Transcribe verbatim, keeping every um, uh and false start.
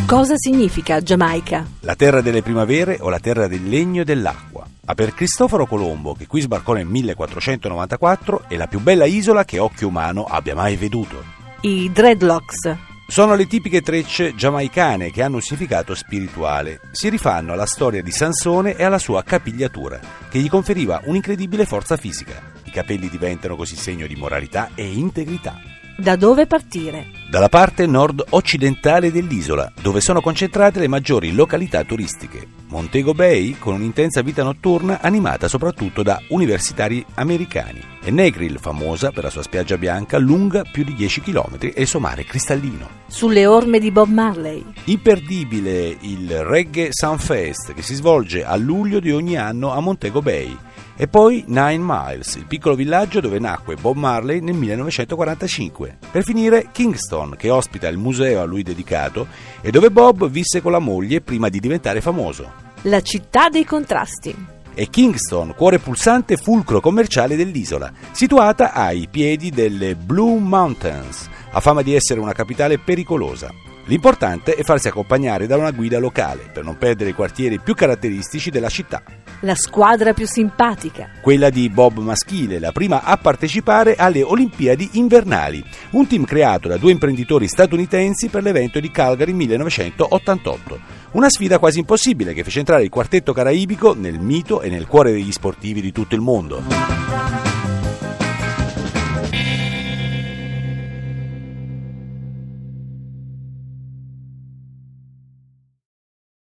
Cosa significa Giamaica? La terra delle primavere o la terra del legno e dell'acqua. Ma per Cristoforo Colombo, che qui sbarcò nel millequattrocentonovantaquattro, è la più bella isola che occhio umano abbia mai veduto. I dreadlocks. Sono le tipiche trecce giamaicane che hanno un significato spirituale. Si rifanno alla storia di Sansone e alla sua capigliatura, che gli conferiva un'incredibile forza fisica. I capelli diventano così segno di moralità e integrità. Da dove partire? Dalla parte nord-occidentale dell'isola, dove sono concentrate le maggiori località turistiche. Montego Bay, con un'intensa vita notturna animata soprattutto da universitari americani, e Negril, famosa per la sua spiaggia bianca lunga più di dieci chilometri e il suo mare cristallino. Sulle orme di Bob Marley. Imperdibile il Reggae Sunfest, che si svolge a luglio di ogni anno a Montego Bay. E poi Nine Miles, il piccolo villaggio dove nacque Bob Marley nel millenovecentoquarantacinque. Per finire Kingston, che ospita il museo a lui dedicato e dove Bob visse con la moglie prima di diventare famoso. La città dei contrasti. E Kingston, cuore pulsante fulcro commerciale dell'isola, situata ai piedi delle Blue Mountains, ha fama di essere una capitale pericolosa. L'importante è farsi accompagnare da una guida locale per non perdere i quartieri più caratteristici della città. La squadra più simpatica. Quella di Bob maschile, la prima a partecipare alle Olimpiadi invernali, un team creato da due imprenditori statunitensi per l'evento di Calgary millenovecentottantotto. Una sfida quasi impossibile che fece entrare il quartetto caraibico nel mito e nel cuore degli sportivi di tutto il mondo.